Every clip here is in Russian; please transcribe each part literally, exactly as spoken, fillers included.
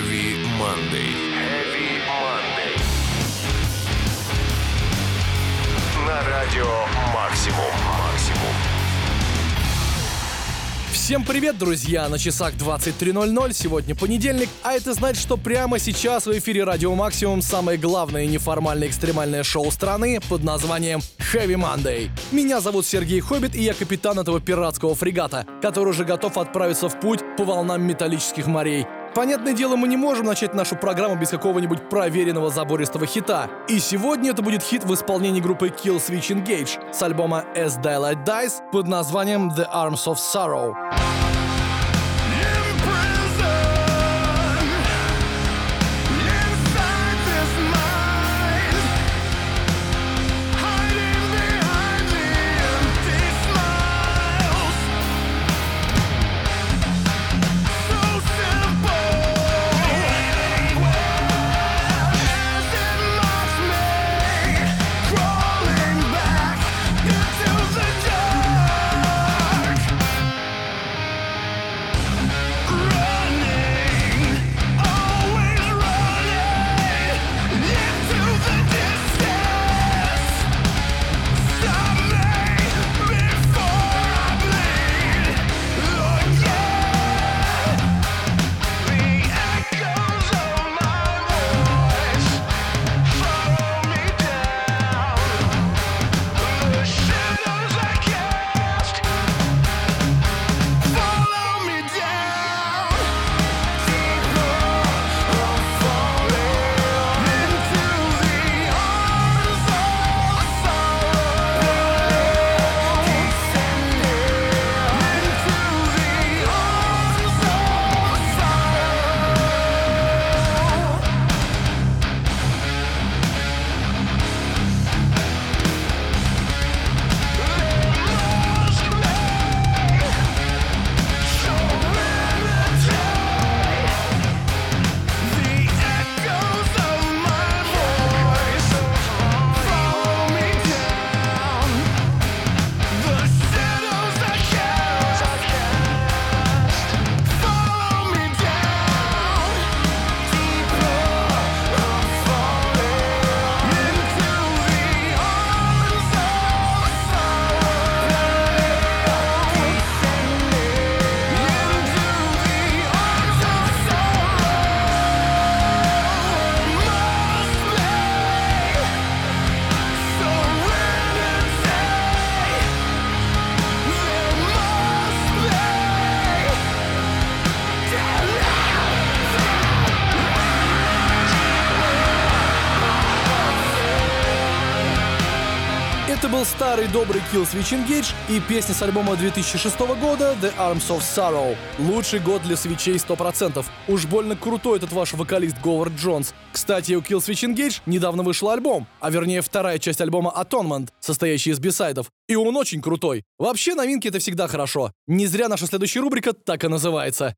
Heavy Monday. Heavy Monday. На радио Максимум. Максимум. Всем привет, друзья! На часах двадцать три ноль ноль, сегодня понедельник, а это значит, что прямо сейчас в эфире Радио Максимум самое главное неформальное экстремальное шоу страны под названием Heavy Monday. Меня зовут Сергей Хоббит, и я капитан этого пиратского фрегата, который уже готов отправиться в путь по волнам металлических морей. Понятное дело, мы не можем начать нашу программу без какого-нибудь проверенного забористого хита. И сегодня это будет хит в исполнении группы Killswitch Engage с альбома As Daylight Dies под названием The Arms of Sorrow. Это был старый добрый Killswitch Engage и песня с альбома две тысячи шестого года The Arms of Sorrow. Лучший год для свитчей сто процентов. Уж больно крутой этот ваш вокалист Говард Джонс. Кстати, у Killswitch Engage недавно вышел альбом, а вернее вторая часть альбома Atonement, состоящая из бисайдов. И он очень крутой. Вообще новинки — это всегда хорошо. Не зря наша следующая рубрика так и называется.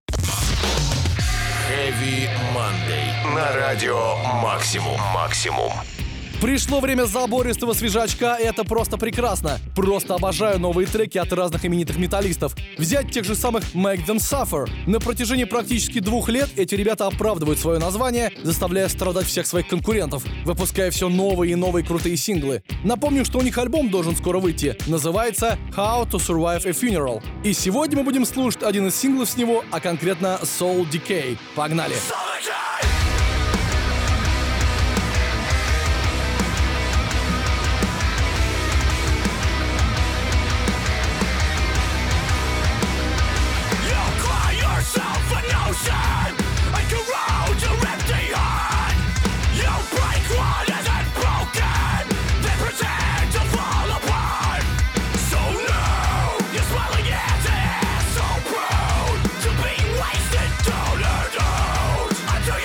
Heavy Monday. На радио Максимум. Максимум. Пришло время забористого свежачка, и это просто прекрасно. Просто обожаю новые треки от разных именитых металлистов. Взять тех же самых Make Them Suffer. На протяжении практически двух лет эти ребята оправдывают свое название, заставляя страдать всех своих конкурентов, выпуская все новые и новые крутые синглы. Напомню, что у них альбом должен скоро выйти. Называется How to Survive a Funeral. И сегодня мы будем слушать один из синглов с него, а конкретно Soul Decay. Погнали! And corrode your empty heart. You break what isn't broken, then pretend to fall apart. So now you're swelling into it, so prone to being wasted down and out. Until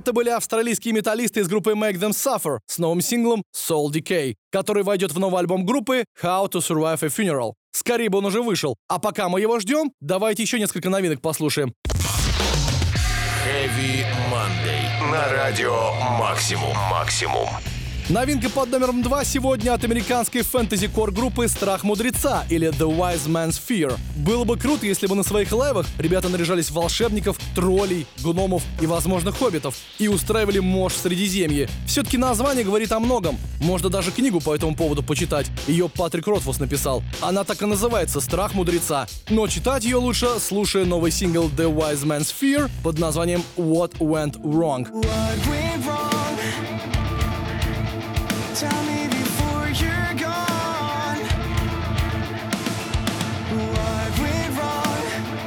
Это были австралийские металлисты из группы Make Them Suffer с новым синглом Soul Decay, который войдет в новый альбом группы How to Survive a Funeral. Скорее бы он уже вышел. А пока мы его ждем, давайте еще несколько новинок послушаем. Heavy Monday на радио Максимум. Максимум. Новинка под номером два сегодня от американской фэнтези-кор группы «Страх мудреца» или The Wise Man's Fear. Было бы круто, если бы на своих лайвах ребята наряжались в волшебников, троллей, гномов и, возможно, хоббитов и устраивали мощь в Средиземье. Все-таки название говорит о многом. Можно даже книгу по этому поводу почитать. Ее Патрик Ротфус написал. Она так и называется «Страх мудреца». Но читать ее лучше, слушая новый сингл The Wise Man's Fear под названием What Went Wrong. What went wrong? Tell me before you're gone. What went wrong?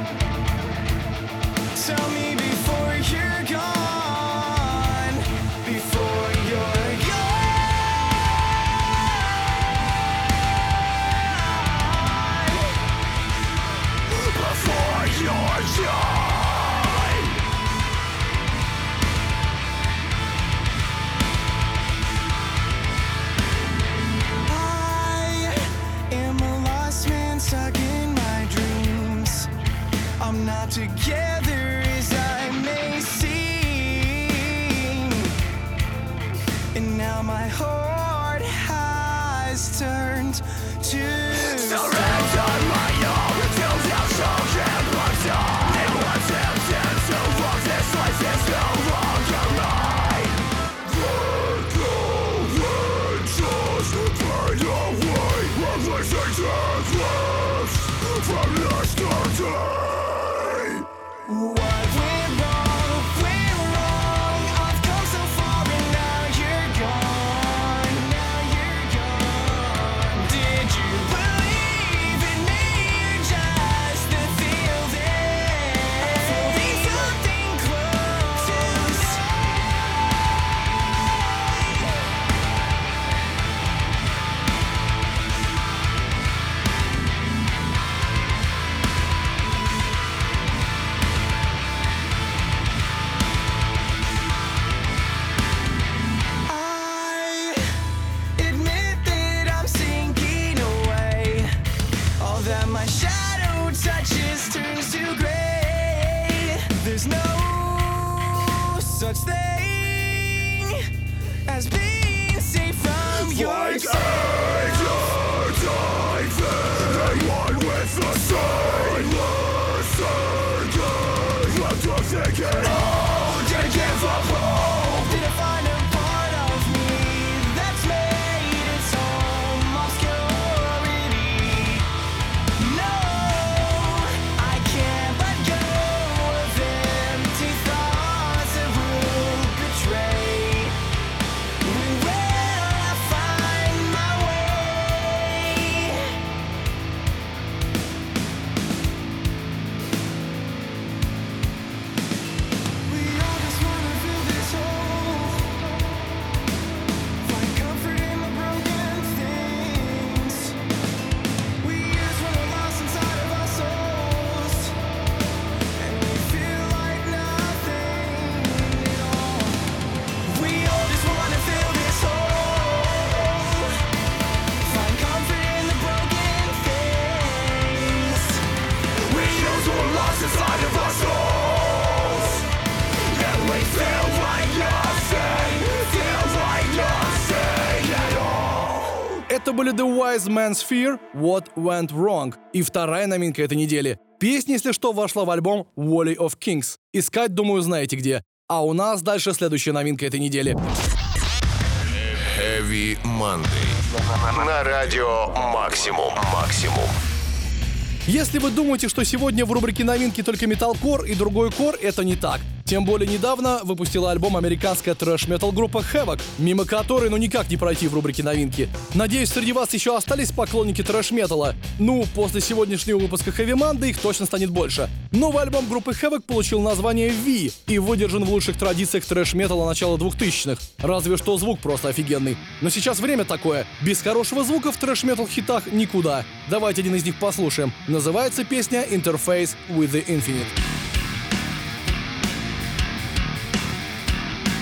Tell me before you're gone. Before you're gone. Before you're gone. Stuck in my dreams. I'm not together as I may seem. And now my heart has turned to surrender my all until the soul can burn down. It was tempted to walk this life is no longer mine. Let go and just fade away. Everything's endless from yesterday. What went wrong? Went wrong? I've come so far and now you're gone. Now you're gone. Did you believe in me or just the feeling? Feeling something close. My shadow touches turns to gray. There's no such thing as being safe from your side. One with the sightless anger. Left of thinking, oh, did I give up hope? Did I find a part of me that's made its home obscurity? No, I can't let go of empty thoughts that will betray. When will I find my way? We all just wanna fill this hole. Find comfort in the broken things. We years when we're lost inside of our souls, and we feel like nothing at all. We all just wanna fill this hole. Find comfort in the broken things. We years when we're lost inside of our souls, and we feel like nothing, feel like nothing at all. Это были The Wise Man's Fear, What Went Wrong. И вторая новинка этой недели. Песня, если что, вошла в альбом Valley of Kings. Искать, думаю, знаете где. А у нас дальше следующая новинка этой недели. Heavy Monday на радио Максимум. Максимум. Если вы думаете, что сегодня в рубрике новинки только металкор и другой кор, это не так. Тем более недавно выпустила альбом американская трэш-метал группа Havoc, мимо которой ну никак не пройти в рубрике новинки. Надеюсь, среди вас еще остались поклонники трэш-металла. Ну, после сегодняшнего выпуска Heavy Monday их точно станет больше. Новый альбом группы Havoc получил название V и выдержан в лучших традициях трэш-металла начала двухтысячных. Разве что звук просто офигенный. Но сейчас время такое. Без хорошего звука в трэш-метал хитах никуда. Давайте один из них послушаем. Называется песня Interface with the Infinite.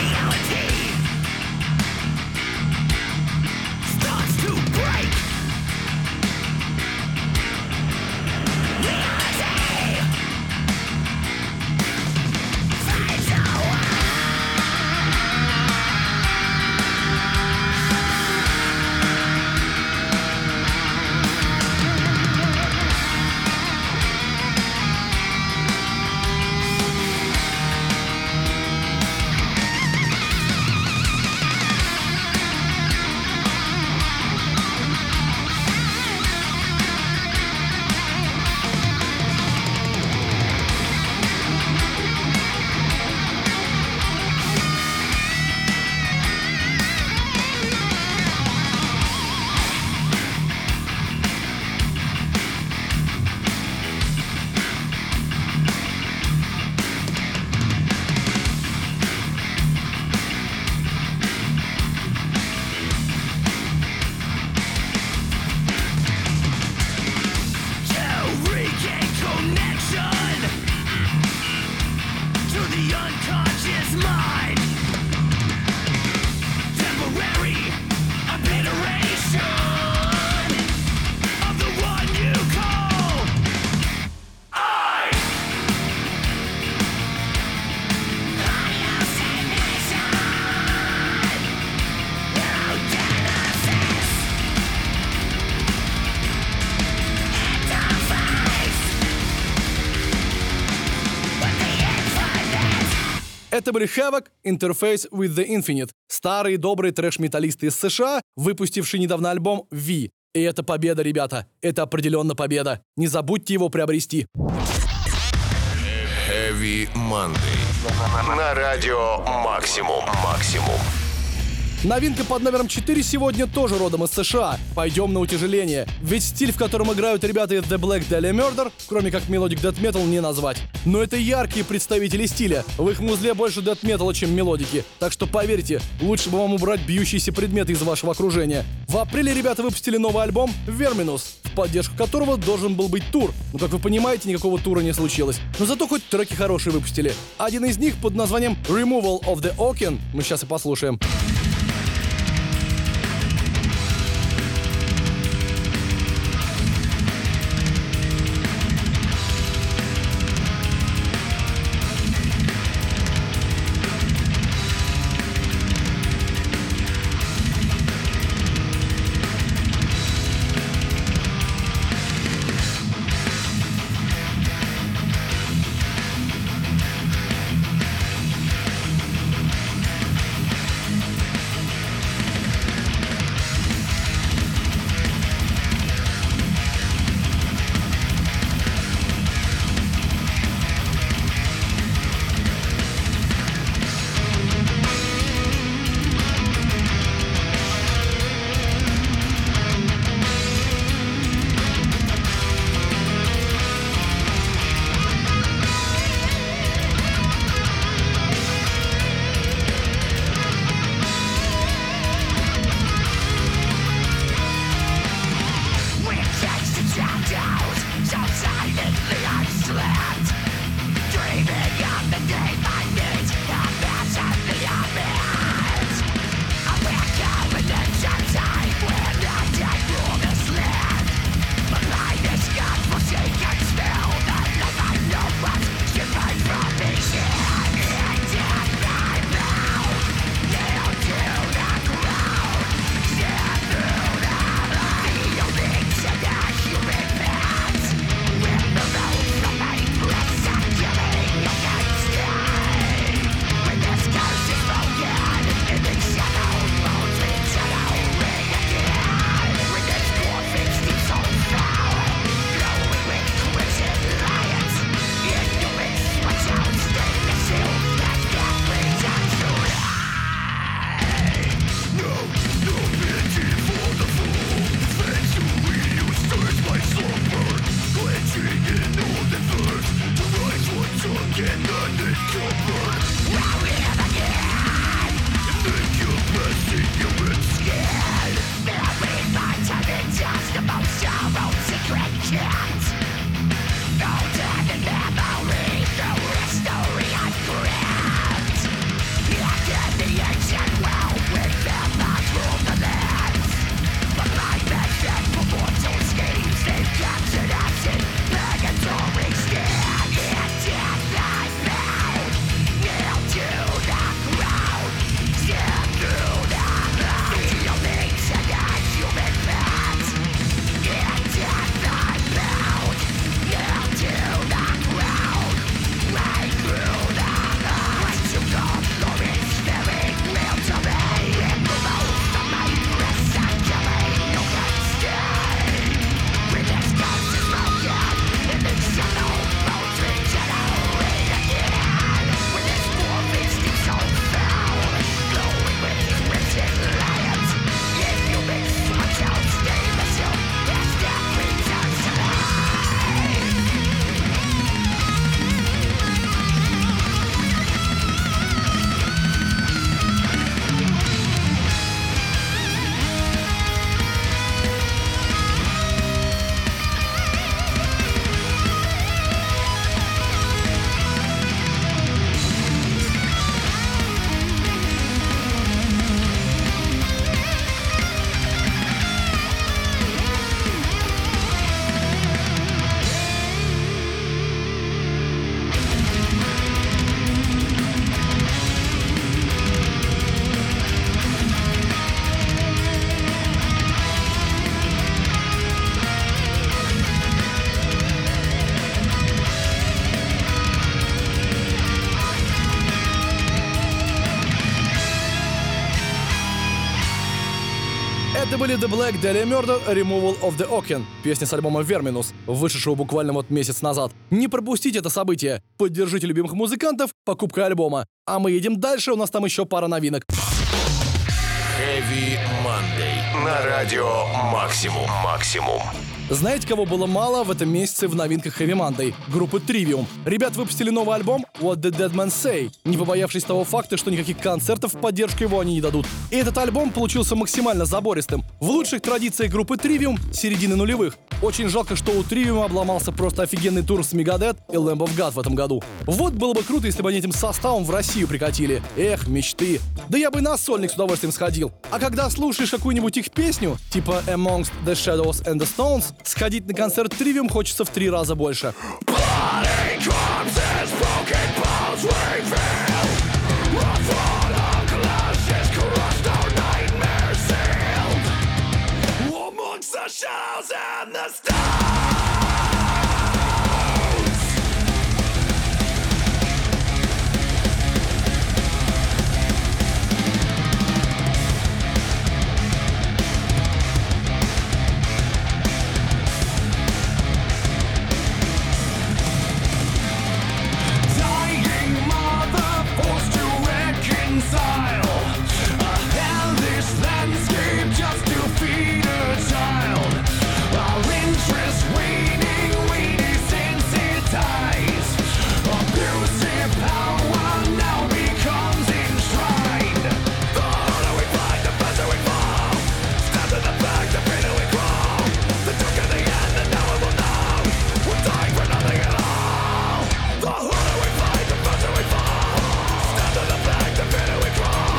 Это были Havoc, Interface with the Infinite, старые добрые трэш-металлисты из США, выпустившие недавно альбом V. И это победа, ребята, это определенно победа. Не забудьте его приобрести. Heavy Monday. На радио Максимум. Максимум. Новинка под номером четыре сегодня тоже родом из США. Пойдем на утяжеление. Ведь стиль, в котором играют ребята из The Black Dahlia Murder, кроме как Melodic Death Metal, не назвать. Но это яркие представители стиля. В их музле больше Death Metal, чем мелодики. Так что поверьте, лучше бы вам убрать бьющиеся предметы из вашего окружения. В апреле ребята выпустили новый альбом Verminus, в поддержку которого должен был быть тур. Но, как вы понимаете, никакого тура не случилось. Но зато хоть треки хорошие выпустили. Один из них под названием Removal of the Oaken мы сейчас и послушаем. Это были The Black Dahlia Murder Removal of the Oaken, песня с альбома Verminus, вышедшего буквально вот месяц назад. Не пропустите это событие. Поддержите любимых музыкантов покупкой альбома. А мы едем дальше, у нас там еще пара новинок. Heavy Monday на радио Максимум. Максимум. Знаете, кого было мало в этом месяце в новинках Heavy Monday? Группы Trivium. Ребят выпустили новый альбом What the Dead Man Say, не побоявшись того факта, что никаких концертов в поддержку его они не дадут. И этот альбом получился максимально забористым. В лучших традициях группы Trivium середины нулевых. Очень жалко, что у Trivium обломался просто офигенный тур с Megadeth и Lamb of God в этом году. Вот было бы круто, если бы они этим составом в Россию прикатили. Эх, мечты. Да я бы на сольник с удовольствием сходил. А когда слушаешь какую-нибудь их песню, типа Amongst the Shadows and the Stones, сходить на концерт Trivium хочется в три раза больше. The harder we fight, the faster we fall. Stand to the back, the better we crawl.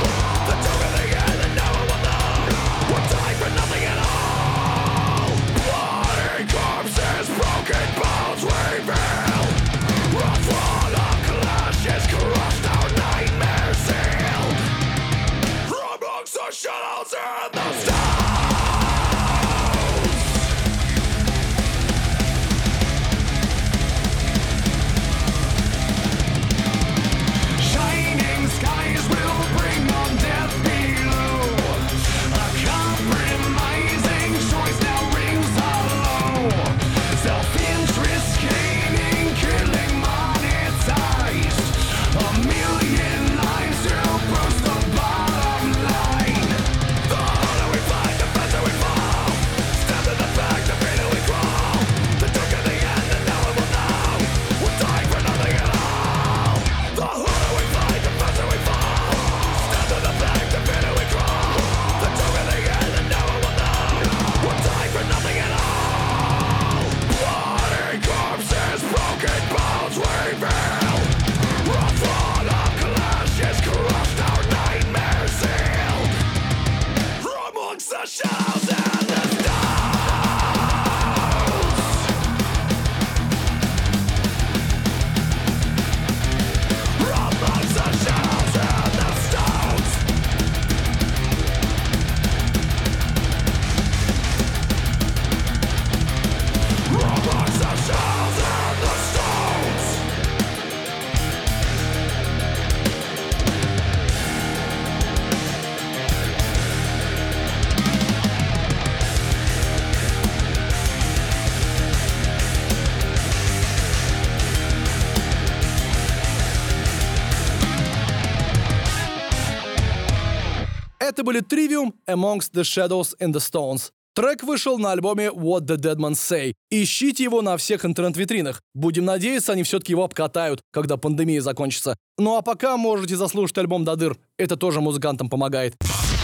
Это были Trivium, Amongst the Shadows and the Stones. Трек вышел на альбоме What the Dead Man Say. Ищите его на всех интернет-витринах. Будем надеяться, они все-таки его обкатают, когда пандемия закончится. Ну а пока можете заслушать альбом до дыр. Это тоже музыкантам помогает.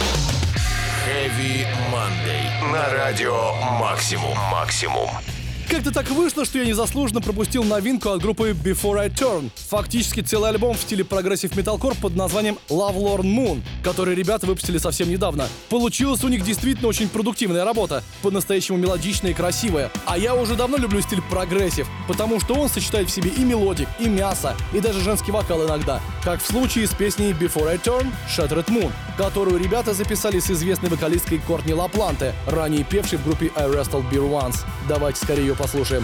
Heavy Monday на радио Максимум. Максимум. Как-то так вышло, что я незаслуженно пропустил новинку от группы Before I Turn. Фактически целый альбом в стиле прогрессив металкор под названием Lovelorn Moon, который ребята выпустили совсем недавно. Получилась у них действительно очень продуктивная работа, по-настоящему мелодичная и красивая. А я уже давно люблю стиль прогрессив, потому что он сочетает в себе и мелодик, и мясо, и даже женский вокал иногда. Как в случае с песней Before I Turn Shattered Moon, которую ребята записали с известной вокалисткой Кортни Лапланте, ранее певшей в группе I Wrestled Beer Once. Давайте скорее ее послушаем.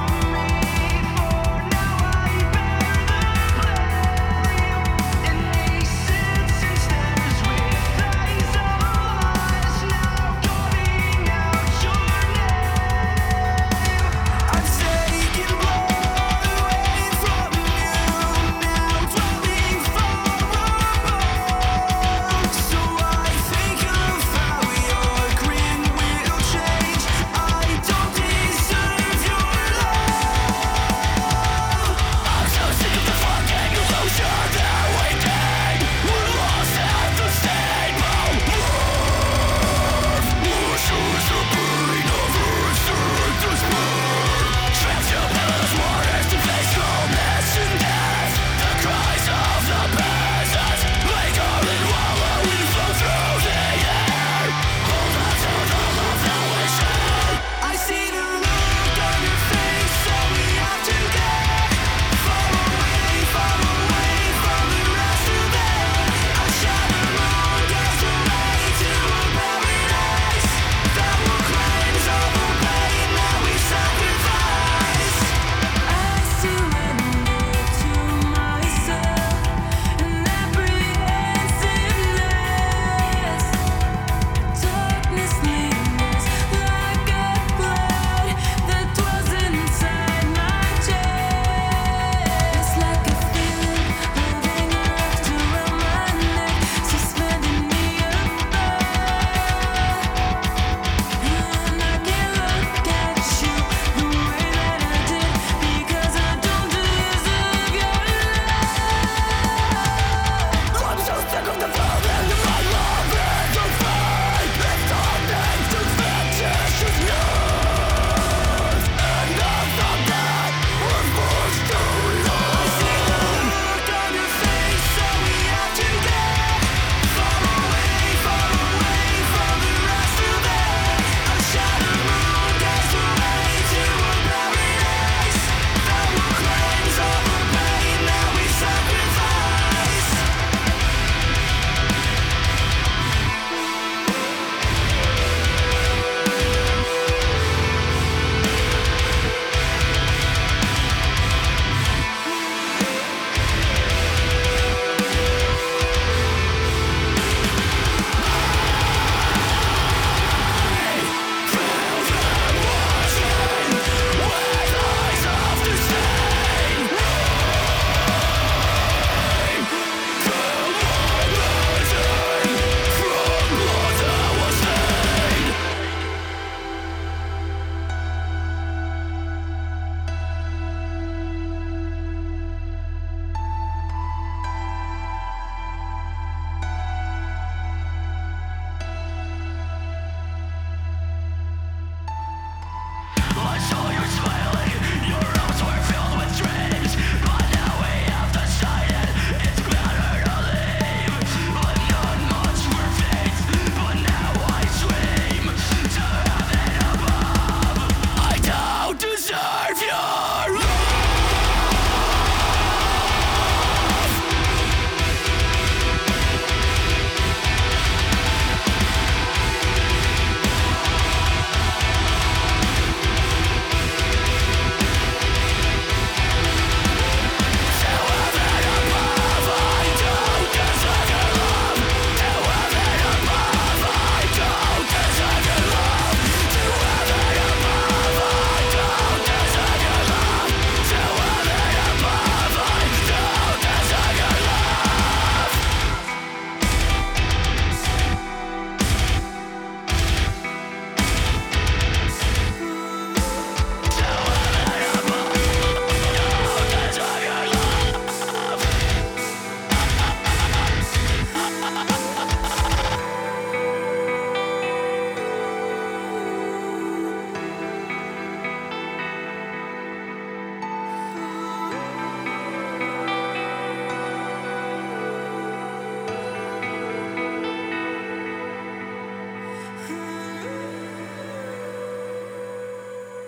In the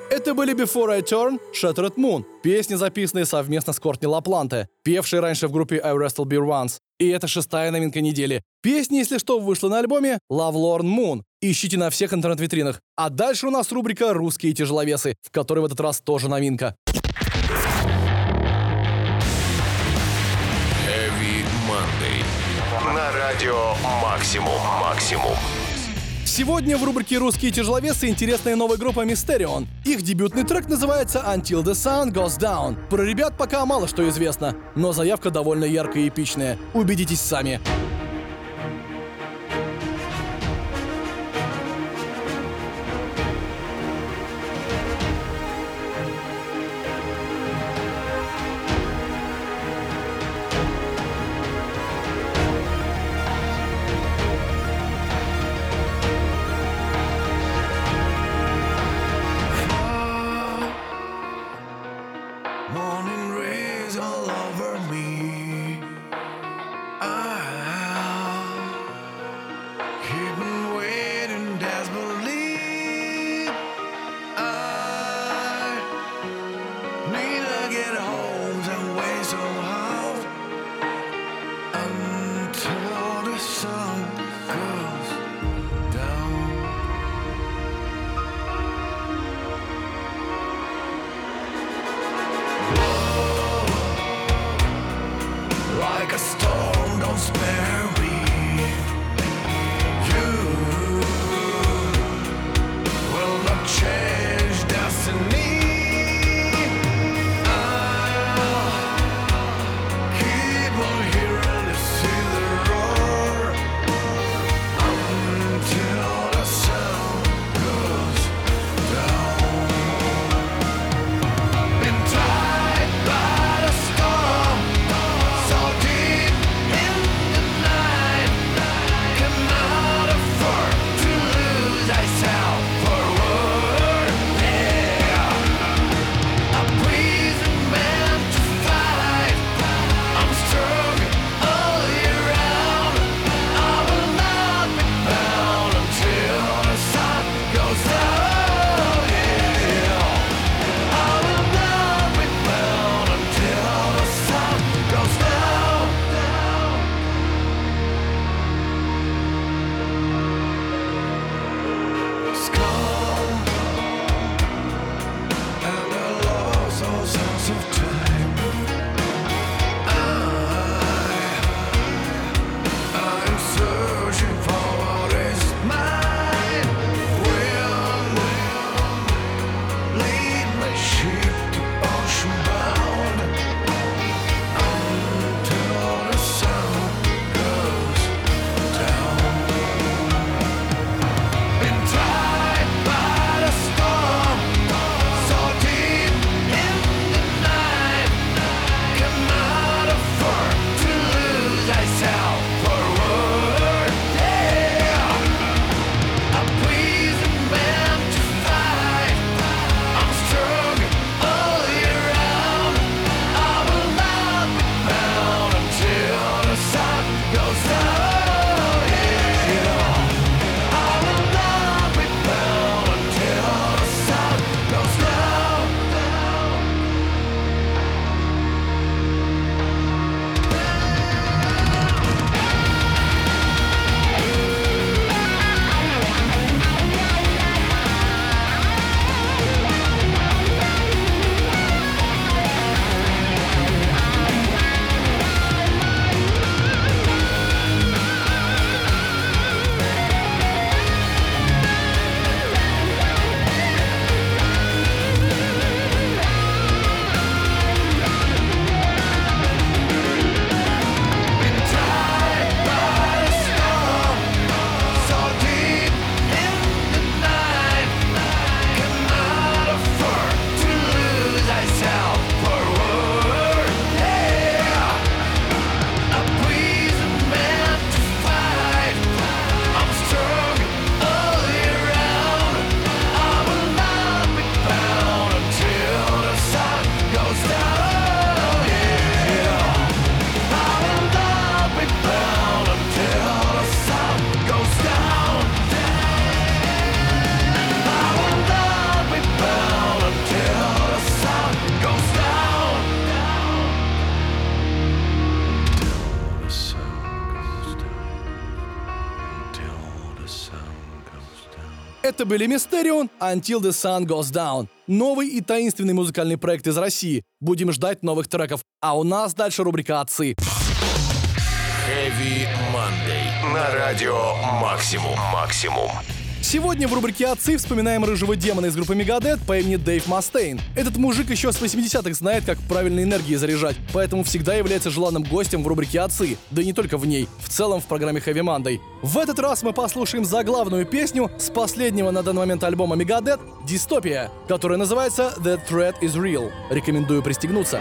Это были Before I Turn, Shattered Moon, песни, записанные совместно с Кортни Лапланте, певшей раньше в группе I Wrestle Beer Once. И это шестая новинка недели. Песня, если что, вышла на альбоме Lovelorn Moon. Ищите на всех интернет-витринах. А дальше у нас рубрика «Русские тяжеловесы», в которой в этот раз тоже новинка. Heavy Monday. На радио Максимум. Максимум. Сегодня в рубрике «Русские тяжеловесы» интересная новая группа Mysterion. Их дебютный трек называется «Until the Sun Goes Down». Про ребят пока мало что известно, но заявка довольно яркая и эпичная. Убедитесь сами. Morning rays all over me. I Это были Mysterion, Until the Sun Goes Down. Новый и таинственный музыкальный проект из России. Будем ждать новых треков. А у нас дальше рубрика «Отцы». Heavy Monday. На радио Максимум. Максимум. Сегодня в рубрике «Отцы» вспоминаем рыжего демона из группы Megadeth по имени Дэйв Мастейн. Этот мужик еще с восьмидесятых знает, как правильно энергией заряжать, поэтому всегда является желанным гостем в рубрике «Отцы», да и не только в ней, в целом в программе Heavy Monday. В этот раз мы послушаем заглавную песню с последнего на данный момент альбома Megadeth «Дистопия», которая называется «The Threat is Real». Рекомендую пристегнуться.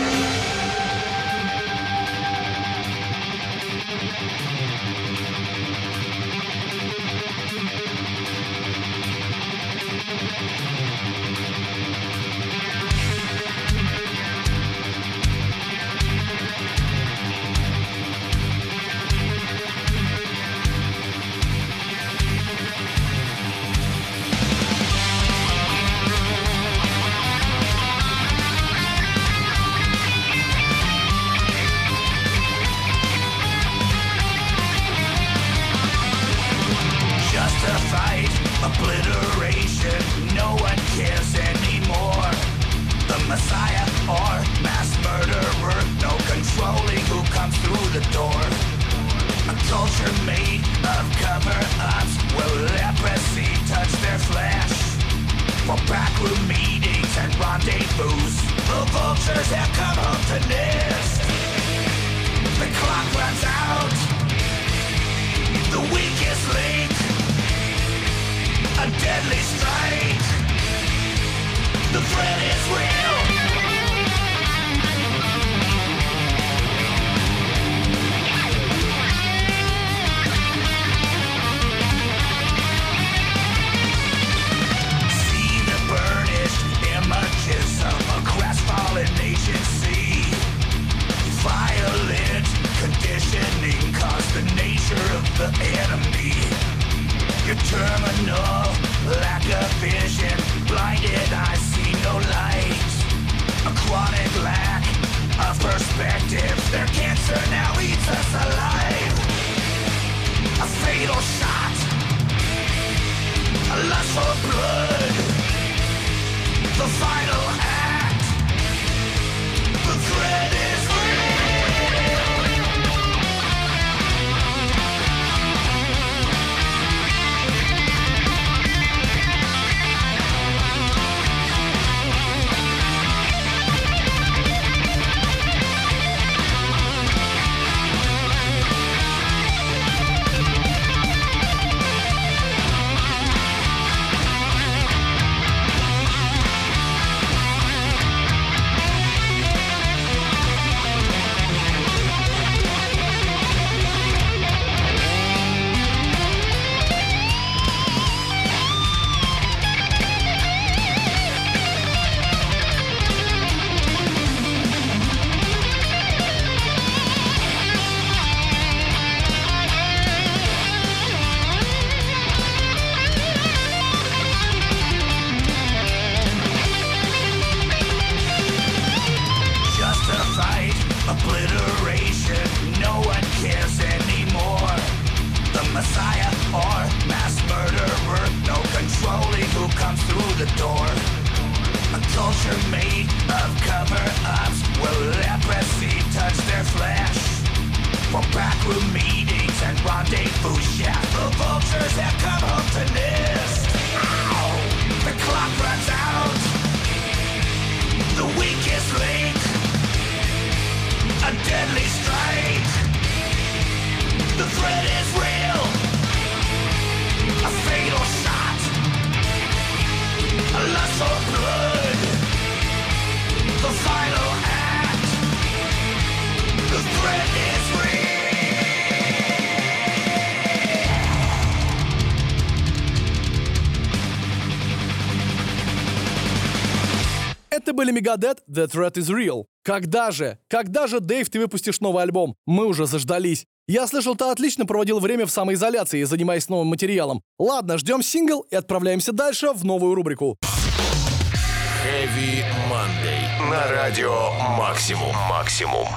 Это были Megadeth, The Threat is Real. Когда же? Когда же, Дэйв, ты выпустишь новый альбом? Мы уже заждались. Я слышал, ты отлично проводил время в самоизоляции, занимаясь новым материалом. Ладно, ждем сингл и отправляемся дальше в новую рубрику. Heavy Monday. На радио Максимум. Максимум.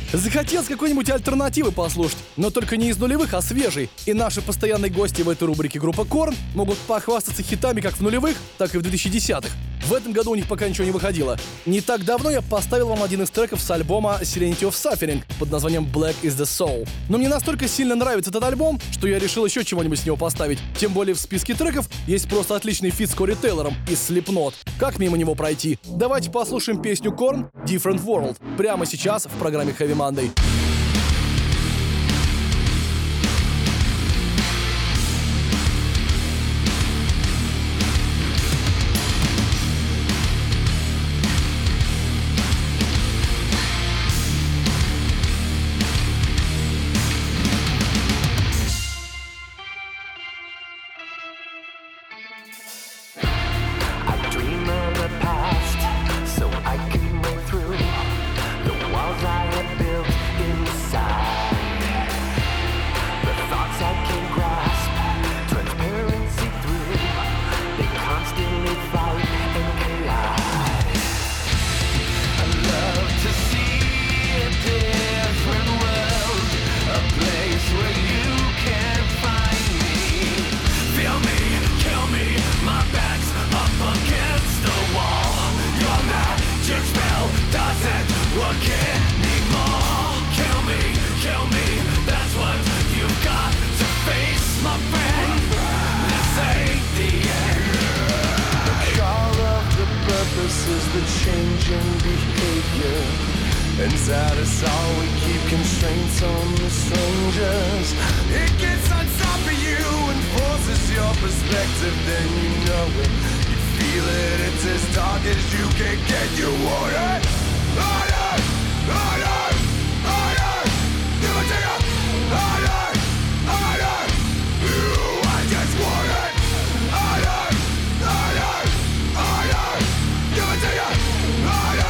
Захотелось какой-нибудь альтернативы послушать, но только не из нулевых, а свежей. И наши постоянные гости в этой рубрике группа Korn могут похвастаться хитами как в нулевых, так и в двухтысячных. В этом году у них пока ничего не выходило. Не так давно я поставил вам один из треков с альбома Serenity of Suffering под названием Black is the Soul. Но мне настолько сильно нравится этот альбом, что я решил еще чего-нибудь с него поставить. Тем более в списке треков есть просто отличный фит с Кори Тейлором из Slipknot. Как мимо него пройти? Давайте послушаем песню Korn Different World прямо сейчас в программе Heavy Monday. Inside us all we keep constraints on the strangers. It gets on top of you and forces your perspective, then you know it. You feel it, it's as dark as you can get. You want it, harder, harder, harder. You will take it, harder, harder. You, I just want it, harder, harder, harder. You will take it, harder.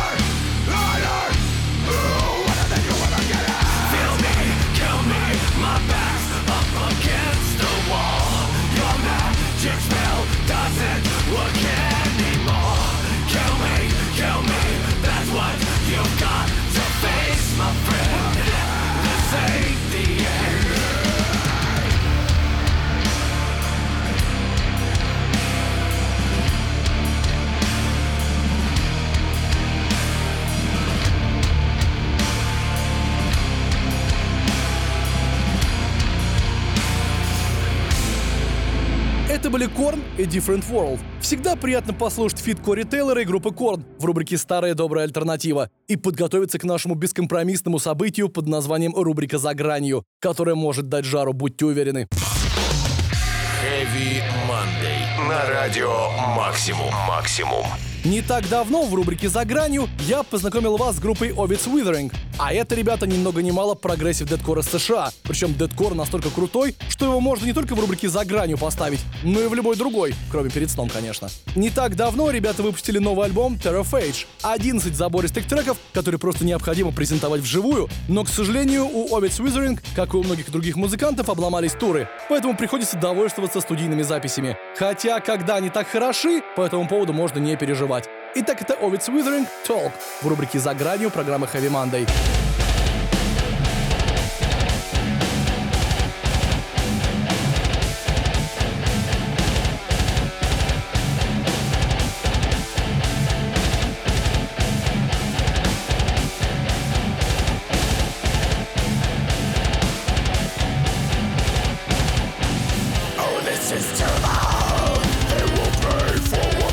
Это были Korn и Different World. Всегда приятно послушать фит Кори Тейлора и группы Korn в рубрике «Старая добрая альтернатива» и подготовиться к нашему бескомпромиссному событию под названием рубрика «За гранью», которая может дать жару, будьте уверены. Heavy Monday на радио Максимум. Максимум. Не так давно в рубрике «За гранью» я познакомил вас с группой Ovitz Withering. А это, ребята, ни много ни мало прогрессив дэткор из США. Причем дэткор настолько крутой, что его можно не только в рубрике «За гранью» поставить, но и в любой другой, кроме перед сном, конечно. Не так давно ребята выпустили новый альбом Terraphage. одиннадцать забористых треков, которые просто необходимо презентовать вживую, но, к сожалению, у Ovitz Withering, как и у многих других музыкантов, обломались туры, поэтому приходится довольствоваться студийными записями. Хотя, когда они так хороши, по этому поводу можно не переживать. Итак, это Ovitz Withering Talk в рубрике «За гранью» программы Heavy Monday.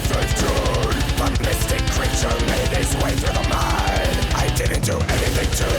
Do anything to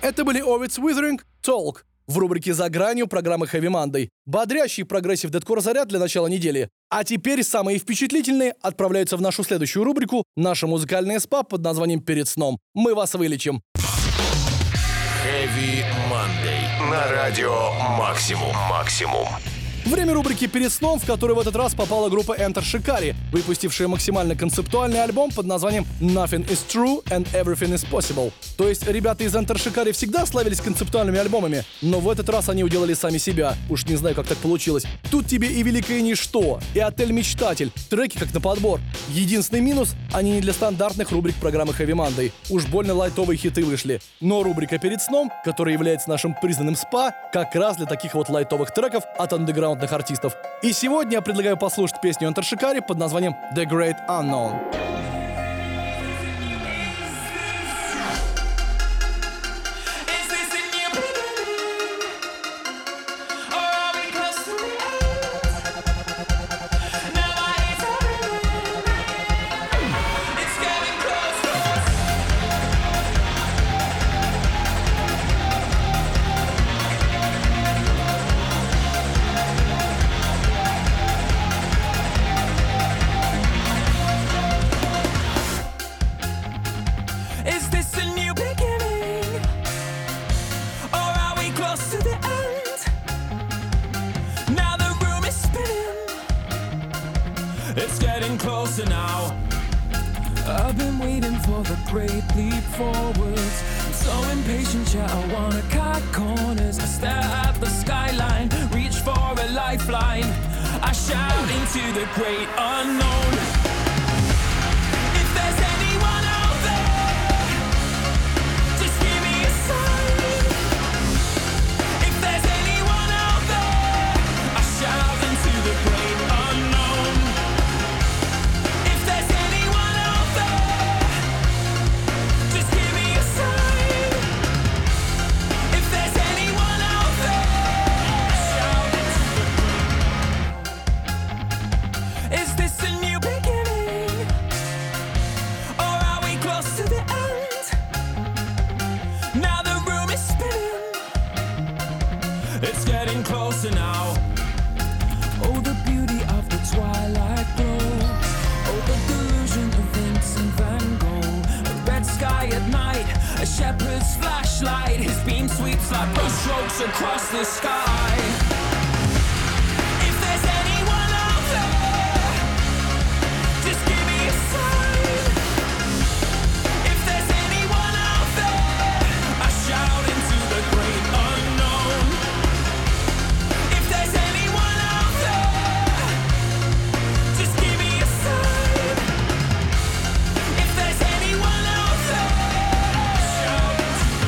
Это были Ovitz Withering, Talk, в рубрике «За гранью» программы Heavy Monday. Бодрящий прогрессив дэткор заряд для начала недели. А теперь самые впечатлительные отправляются в нашу следующую рубрику, наше музыкальное спа под названием «Перед сном». Мы вас вылечим. Heavy Monday. На радио Максимум. Максимум. Время рубрики «Перед сном», в которую в этот раз попала группа Enter Shikari, выпустившая максимально концептуальный альбом под названием «Nothing is True and Everything is Possible». То есть ребята из Enter Shikari всегда славились концептуальными альбомами, но в этот раз они уделали сами себя. Уж не знаю, как так получилось. Тут тебе и «Великое ничто», и «Отель Мечтатель», треки как на подбор. Единственный минус — они не для стандартных рубрик программы Heavy Monday. Уж больно лайтовые хиты вышли. Но рубрика «Перед сном», которая является нашим признанным спа, как раз для таких вот лайтовых треков от андеграунд артистов. И сегодня я предлагаю послушать песню Enter Shikari под названием The Great Unknown. It's getting closer now. I've been waiting for the great leap forwards. I'm so impatient, yeah, I wanna cut corners. I stare at the skyline, reach for a lifeline. I shout into the great unknown. If there's anyone out there, just give me a sign. If there's anyone out there, I shout into the great unknown. If there's anyone out there, just give me a sign. If there's anyone out there, I shout into the great. Is this a new beginning, or are we close to the end? Now the room is spinning. It's getting closer now. Oh, the beauty of the twilight glows. Oh, the delusion of Vincent van Gogh. A red sky at night, a shepherd's flashlight. His beam sweeps like brush strokes across the sky. If there's anyone out there, just give me a sign. If there's anyone out there, I shout into the great unknown. If there's anyone out there, just give me a sign. If there's anyone out there, shout into the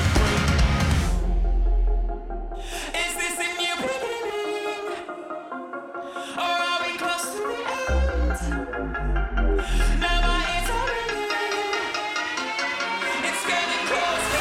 great. Is this a new beginning, or are we close to the end? Now my ears are ringing. It's getting closer.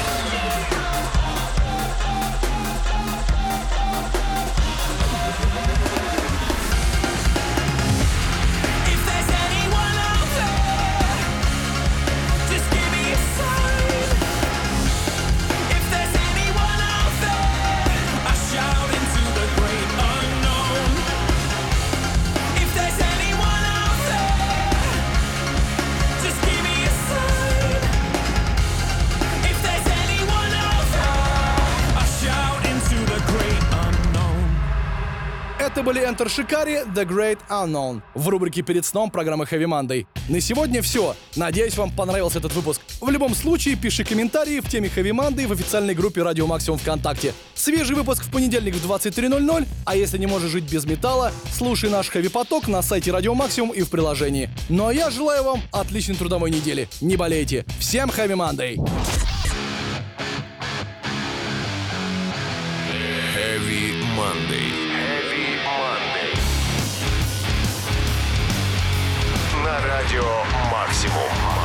If there's anyone out there, just give me a sign. If there's anyone out there, I shout into the great unknown. If there's anyone out there, just give me a sign. If there's anyone out there, I shout into the great unknown. Это были Enter Shikari, The Great Unknown, в рубрике «Перед сном» программы Heavy Monday. На сегодня все. Надеюсь, вам понравился этот выпуск. В любом случае, пиши комментарии в теме Heavy Monday в официальной группе Радио Максимум ВКонтакте. Свежий выпуск в понедельник в двадцать три ноль ноль, а если не можешь жить без металла, слушай наш Heavy Поток на сайте Радио Максимум и в приложении. Ну а я желаю вам отличной трудовой недели. Не болейте. Всем Heavy Monday! Heavy Monday. Heavy Monday. На радио Максимум.